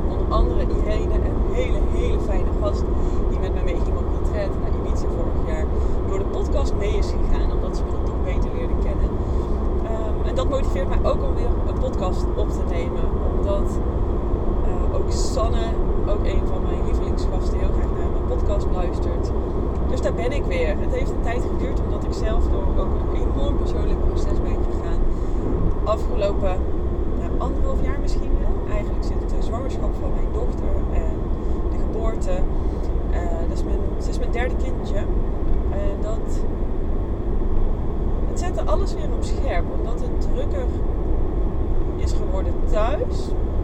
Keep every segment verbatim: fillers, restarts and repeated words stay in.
onder andere Irene, een hele, hele fijne gast die met me meeging op retreat naar Ibiza vorig jaar, door de podcast mee is gegaan, omdat ze me dan toch beter leerde kennen. Um, en dat motiveert mij ook om weer een podcast op te nemen, omdat uh, ook Sanne, ook een van mijn lievelingsgasten, heel graag naar mijn podcast luistert. Dus daar ben ik weer. Het heeft een tijd geduurd, omdat ik zelf door ook een enorm persoonlijk proces ben gegaan. Afgelopen nou, anderhalf jaar misschien wel. Eigenlijk sinds de zwangerschap van mijn dochter en de geboorte. Uh, dat is mijn, ze is mijn derde kindje. En dat... Het zette alles weer op scherp. Omdat het drukker is geworden thuis,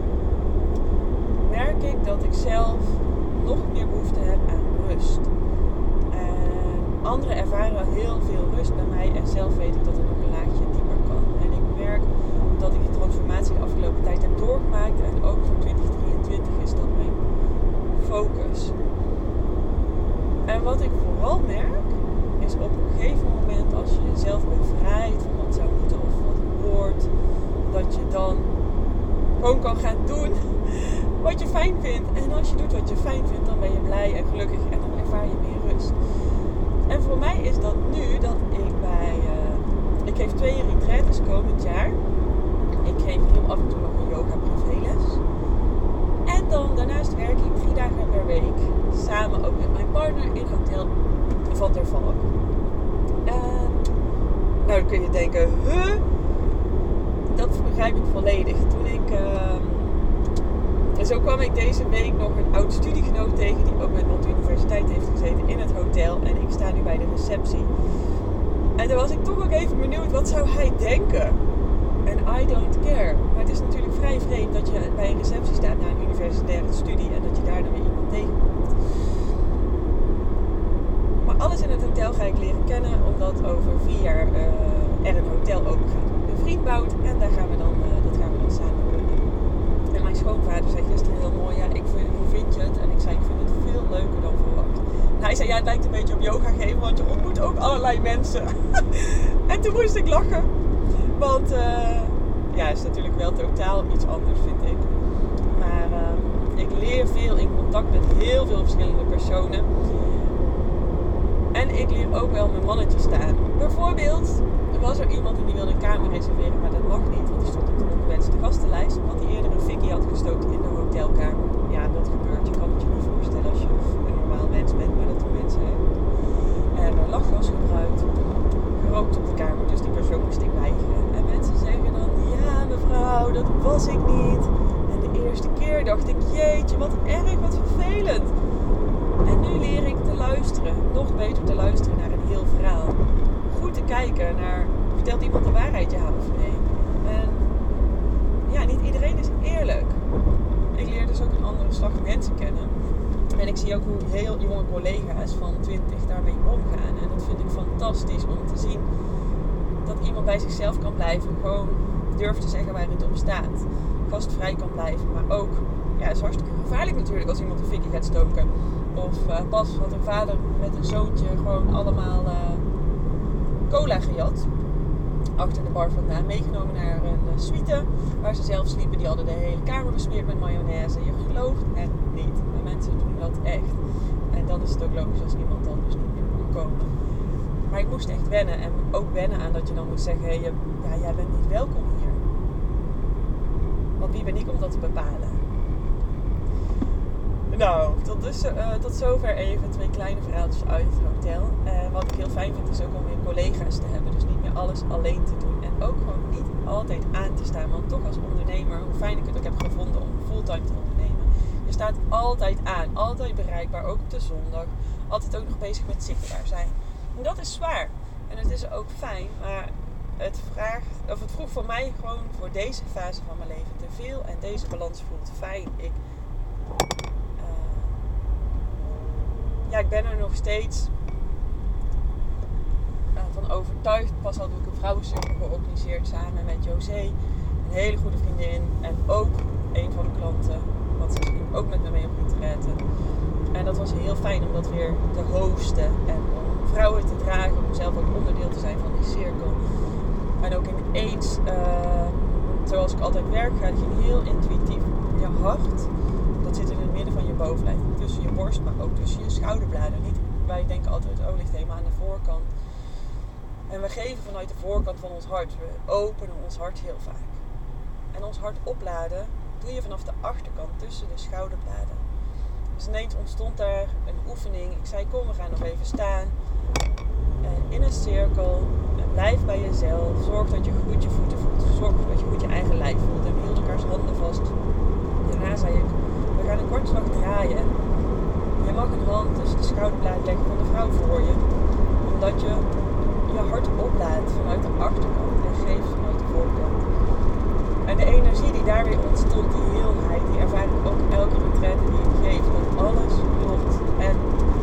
merk ik dat ik zelf nog meer behoefte heb aan rust. En anderen ervaren heel veel rust bij mij. En zelf weet ik dat het nog een laagje dieper kan. En ik merk dat ik die transformatie de afgelopen tijd heb doorgemaakt. En ook voor twintig drieëntwintig is dat mijn focus. En wat ik vooral merk, is op een gegeven moment als je jezelf bevrijdt van wat zou moeten of wat hoort, dat je dan gewoon kan gaan doen wat je fijn vindt. En als je doet wat je fijn vindt, dan ben je blij en gelukkig en dan ervaar je meer rust. En voor mij is dat nu dat ik bij... Uh, ik geef twee retraites komend jaar. Ik geef heel af en toe nog een yoga privéles. En dan daarnaast werk ik drie dagen per week. Samen ook met mijn partner in hotel Van der Valk. En nou dan kun je denken, huh? Dat begrijp ik volledig. Toen ik... Uh, En zo kwam ik deze week nog een oud studiegenoot tegen die ook met Noord Universiteit heeft gezeten in het hotel. En ik sta nu bij de receptie. En toen was ik toch ook even benieuwd, wat zou hij denken? En I don't care. Maar het is natuurlijk vrij vreemd dat je bij een receptie staat na een universitaire studie en dat je daar dan weer iemand tegenkomt. Maar alles in het hotel ga ik leren kennen, omdat over vier jaar uh, er een hotel open gaat. Een vriend bouwt en daar gaan we dan, uh, dat gaan we dan samen doen. En mijn schoonvader zei gisteren heel mooi, ja, ik vind, hoe vind je het? En ik zei, ik vind het veel leuker dan verwacht. En hij zei, ja, het lijkt een beetje op yoga geven, want je ontmoet ook allerlei mensen. En toen moest ik lachen. Want, uh, ja, het is natuurlijk wel totaal iets anders, vind ik. Maar uh, ik leer veel in contact met heel veel verschillende personen. En ik leer ook wel mijn mannetje staan. Bijvoorbeeld, er was er iemand die wilde een kamer reserveren, maar dat mag niet, want die stond op de ongewenste gastenlijst, omdat hij eerder een fikkie had gestoken in de hotelkamer. Ja, dat gebeurt. Je kan het je niet voorstellen als je een normaal mens bent, maar dat doen mensen. Hè. En er lag gas gebruikt, gerookt op de kamer, dus die persoon moest ik weigeren. En mensen zeggen dan, ja mevrouw, dat was ik niet. En de eerste keer dacht ik, jeetje, wat erg, wat vervelend. En nu leer ik te luisteren, nog beter te luisteren naar een heel verhaal. Goed te kijken naar, vertelt iemand de waarheid, ja of nee? En ja, niet iedereen is eerlijk. Ik leer dus ook een andere slag mensen kennen. En ik zie ook hoe heel jonge collega's van twintig daarmee omgaan. En dat vind ik fantastisch om te zien dat iemand bij zichzelf kan blijven. Gewoon durft te zeggen waar het op staat. Gastvrij kan blijven, maar ook, ja, het is hartstikke gevaarlijk natuurlijk als iemand een fikkie gaat stoken. Of uh, pas had een vader met een zoontje gewoon allemaal uh, cola gejat. Achter de bar vandaan. Meegenomen naar een uh, suite waar ze zelf sliepen. Die hadden de hele kamer besmeerd met mayonaise. Je gelooft het niet. Maar mensen doen dat echt. En dan is het ook logisch als iemand dan dus niet meer mag komen. Maar ik moest echt wennen. En ook wennen aan dat je dan moet zeggen. Hey, je, ja, jij bent niet welkom hier. Want wie ben ik om dat te bepalen? Nou, tot, dus, uh, tot zover even twee kleine verhaaltjes uit het hotel. Uh, wat ik heel fijn vind is ook om weer collega's te hebben. Dus niet meer alles alleen te doen. En ook gewoon niet altijd aan te staan. Want toch als ondernemer, hoe fijn ik het ook heb gevonden om fulltime te ondernemen. Je staat altijd aan. Altijd bereikbaar. Ook op de zondag. Altijd ook nog bezig met zichtbaar zijn. En dat is zwaar. En het is ook fijn. Maar het, vraagt, of het vroeg voor mij gewoon voor deze fase van mijn leven te veel. En deze balans voelt fijn. Ik... Ja, ik ben er nog steeds uh, van overtuigd. Pas al doe ik een vrouwencirkel georganiseerd samen met José. Een hele goede vriendin. En ook een van de klanten. Want ze ging ook met me mee op retreaten. En dat was heel fijn om dat weer te hosten. En om vrouwen te dragen. Om zelf ook onderdeel te zijn van die cirkel. En ook ineens, uh, zoals ik altijd werk, gaat je heel intuïtief je hart. dat zit in het midden van je bovenlijf. Tussen je borst, maar ook tussen je schouderbladen. Niet, wij denken altijd, oh, ligt helemaal aan de voorkant. En we geven vanuit de voorkant van ons hart. We openen ons hart heel vaak. En ons hart opladen doe je vanaf de achterkant tussen de schouderbladen. Dus ineens ontstond daar een oefening. Ik zei, kom, we gaan nog even staan. En in een cirkel. En blijf bij jezelf. Zorg dat je goed je voeten voelt. Zorg dat je goed je eigen lijf voelt. En we hielden elkaars handen vast. Daarna zei ik, we gaan een kortslag draaien. Je mag een hand tussen de schouderbladen leggen van de vrouw voor je. Omdat je je hart oplaadt vanuit de achterkant. En geeft vanuit de voorkant. En de energie die daar weer ontstond, die heelheid, die ervaar ik ook elke retraite die ik geef. Dat alles klopt. En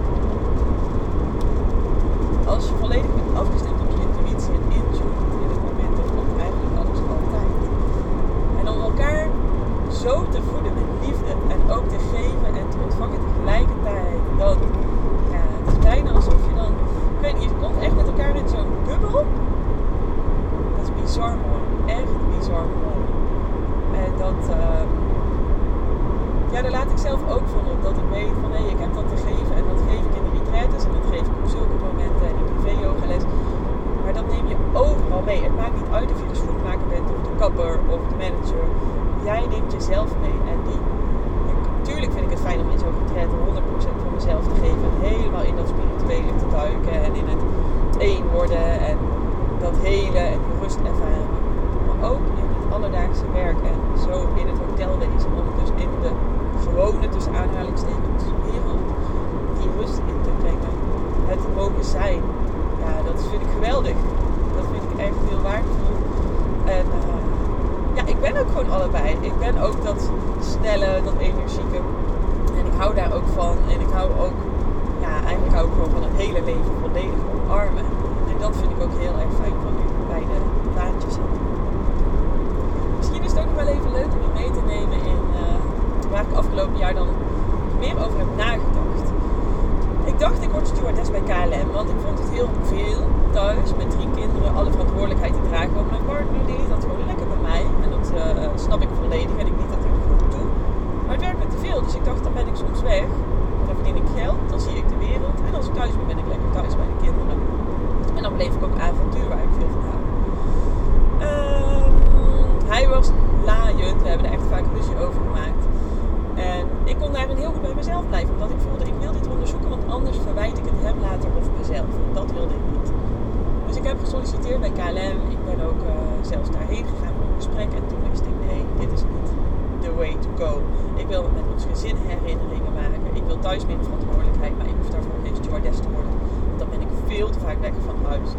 als je volledig bent afgestemd op je intuïtie en intuït in het moment, dan komt eigenlijk alles altijd. En om elkaar zo te voeden met liefde en ook te geven en te ontvangen tegelijkertijd, dan, ja, het is bijna alsof je dan, ik weet niet, je komt echt met elkaar in zo'n bubbel. Dat is bizar mooi. Echt bizar mooi. En dat, uh, ja, daar laat ik zelf ook van op. Dat ik weet van, hé, hey, ik heb dat te geven. En dat geef ik in de retraites. En dat geef ik op zulke momenten. En in privé yogales. Maar dat neem je overal mee. Het maakt niet uit of je de schoenmaker bent. Of de kapper. Of de manager. Jij neemt jezelf mee. En die, natuurlijk vind ik het fijn om in zo'n retraite honderd procent van mezelf te geven. En helemaal in dat spirituele te duiken. En in het één worden. En dat hele. En die rust ervaren. Maar ook in alledaagse werk en zo in het hotelwezen om dus in de gewone, tussen aanhalingstekens, wereld die rust in te brengen. Het mogen zijn. Ja, dat vind ik geweldig. Dat vind ik echt heel waardevol. En uh, ja, ik ben ook gewoon allebei. Ik ben ook dat snelle, dat energieke. En ik hou daar ook van. En ik hou ook, ja, eigenlijk hou ik gewoon van het hele leven volledig omarmen. En dat vind ik ook heel erg fijn van nu bij de baantjes. Misschien is het ook nog wel even leuk om je mee te nemen in uh, waar ik afgelopen jaar dan meer over heb nagedacht. Ik dacht, ik word stewardess bij K L M, want ik vond het heel veel thuis met drie kinderen, alle verantwoordelijkheid te dragen op mijn partner. Die liet dat gewoon lekker bij mij en dat uh, snap ik volledig en ik liet dat ook goed toe. Maar het werd me te veel, dus ik dacht, dan ben ik soms weg, dan verdien ik geld, dan zie ik de wereld en als ik thuis ben, ben ik lekker thuis bij de kinderen. En dan bleef ik ook avontuur waar ik veel van hou. Uh, Hij was laaiend, we hebben er echt vaak ruzie over gemaakt. En ik kon daarin heel goed bij mezelf blijven. Omdat ik voelde, ik wil dit onderzoeken, want anders verwijt ik het hem later of mezelf. En dat wilde ik niet. Dus ik heb gesolliciteerd bij K L M. Ik ben ook uh, zelfs daarheen gegaan voor een gesprek. En toen wist ik, nee, dit is niet the way to go. Ik wil met ons gezin herinneringen maken. Ik wil thuis minder verantwoordelijkheid, maar ik hoef daarvoor geen stewardess te worden. Want dan ben ik veel te vaak weg van huis.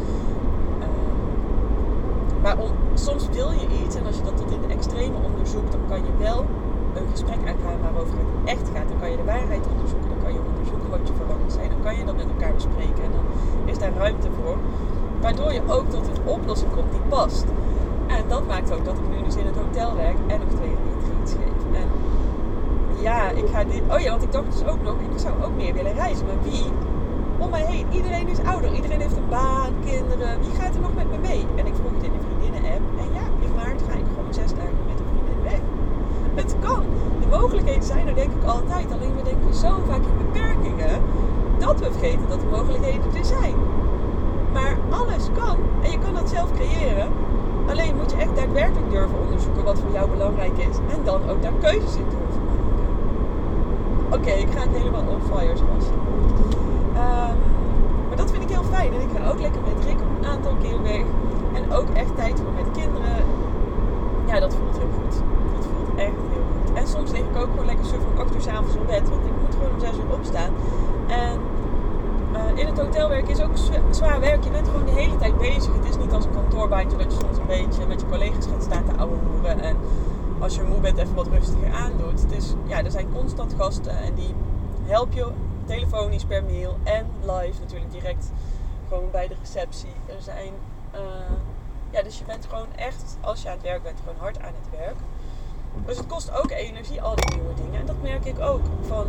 Maar om, soms wil je iets en als je dat tot in de extreme onderzoekt, dan kan je wel een gesprek aangaan waarover het echt gaat. Dan kan je de waarheid onderzoeken, dan kan je onderzoeken wat je verlangens zijn. Dan kan je dat met elkaar bespreken en dan is daar ruimte voor. Waardoor je ook tot een oplossing komt die past. En dat maakt ook dat ik nu dus in het hotel werk en nog twee retreats geef. En ja, ik ga dit... Oh ja, want ik dacht dus ook nog, ik zou ook meer willen reizen. Maar wie? Om mij heen. Iedereen is ouder. Iedereen heeft een baan, kinderen. Wie gaat er nog met me mee? En ik vroeg het in de vriendinnen-app. En ja, in maart ga ik gewoon zes dagen met een vriendin weg. Het kan. De mogelijkheden zijn er denk ik altijd. Alleen we denken zo vaak in beperkingen dat we vergeten dat de mogelijkheden er zijn. Maar alles kan. En je kan dat zelf creëren. Alleen moet je echt daadwerkelijk durven onderzoeken wat voor jou belangrijk is. En dan ook daar keuzes in durven maken. Oké, okay, ik ga het helemaal on fire zoals. Um, maar dat vind ik heel fijn. En ik ga ook lekker met Rick een aantal keer weg. En ook echt tijd voor met kinderen. Ja, dat voelt heel goed. Dat voelt echt heel goed. En soms lig ik ook gewoon lekker suf om acht uur 's avonds op bed. Want ik moet gewoon om zes uur opstaan. En uh, in het hotelwerk is ook zwaar werk. Je bent gewoon de hele tijd bezig. Het is niet als een kantoorbaantje dat je soms een beetje met je collega's gaat staan te ouwehoeren. En als je moe bent even wat rustiger aandoet. Het is, ja, er zijn constant gasten en die helpen je telefonisch per mail en live natuurlijk direct gewoon bij de receptie. Er zijn, uh, ja, dus je bent gewoon echt, als je aan het werk bent, gewoon hard aan het werk. Dus het kost ook energie, al die nieuwe dingen. En dat merk ik ook, van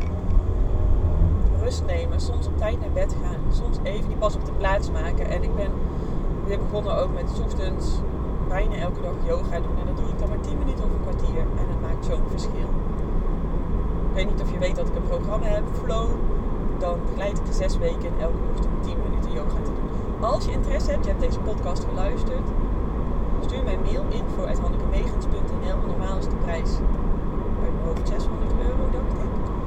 rust nemen, soms op tijd naar bed gaan, soms even die pas op de plaats maken. En ik ben weer begonnen ook met 's ochtends bijna elke dag yoga doen. En dat doe ik dan maar tien minuten of een kwartier. En het maakt zo'n verschil. Ik weet niet of je weet dat ik een programma heb, Flow. Dan begeleid ik je zes weken in elke ochtend tien minuten yoga te doen. Als je interesse hebt, je hebt deze podcast geluisterd, stuur mij een mail info at hannekemegens punt n l. Normaal is de prijs uit mijn hoofd zeshonderd euro, dacht ik.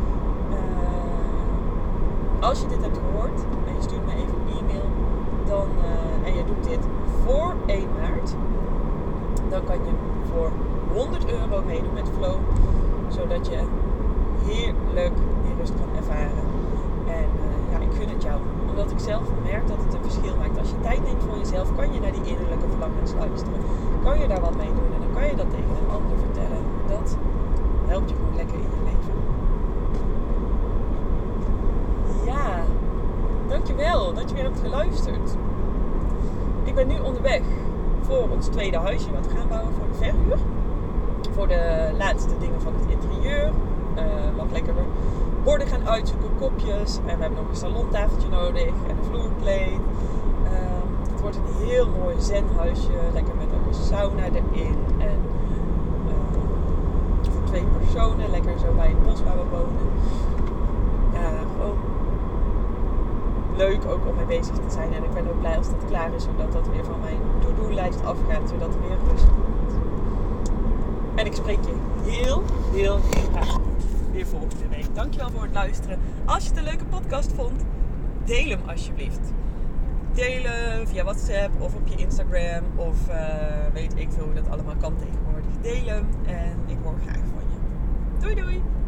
Uh, als je dit hebt gehoord en je stuurt mij even een e-mail dan, uh, en je doet dit voor één maart, dan kan je voor honderd euro meedoen met Flow, zodat je heerlijk die rust kan ervaren. En uh, ja, ik gun het jou. Omdat ik zelf merk dat het een verschil maakt. Als je tijd neemt voor jezelf, kan je naar die innerlijke verlangens luisteren. Kan je daar wat mee doen en dan kan je dat tegen een ander vertellen. Dat helpt je gewoon lekker in je leven. Ja, dankjewel dat je weer hebt geluisterd. Ik ben nu onderweg voor ons tweede huisje wat we gaan bouwen voor de verhuur. Voor de laatste dingen van het interieur. Uh, wat lekkerder. Borden gaan uitzoeken, kopjes. En we hebben nog een salontafeltje nodig en een vloerkleed. Uh, het wordt een heel mooi zenhuisje. Lekker met ook een sauna erin. En uh, voor twee personen. Lekker zo bij het bos waar we wonen. Ja, gewoon leuk ook om mee bezig te zijn. En ik ben ook blij als dat klaar is. Zodat dat weer van mijn to-do-lijst afgaat. Zodat er weer rust komt. En ik spreek je heel, heel, heel graag weer volgende week. Dankjewel voor het luisteren. Als je het een leuke podcast vond, deel hem alsjeblieft. Deel hem via WhatsApp of op je Instagram of uh, weet ik veel hoe dat allemaal kan tegenwoordig. Deel hem en ik hoor graag van je. Doei doei!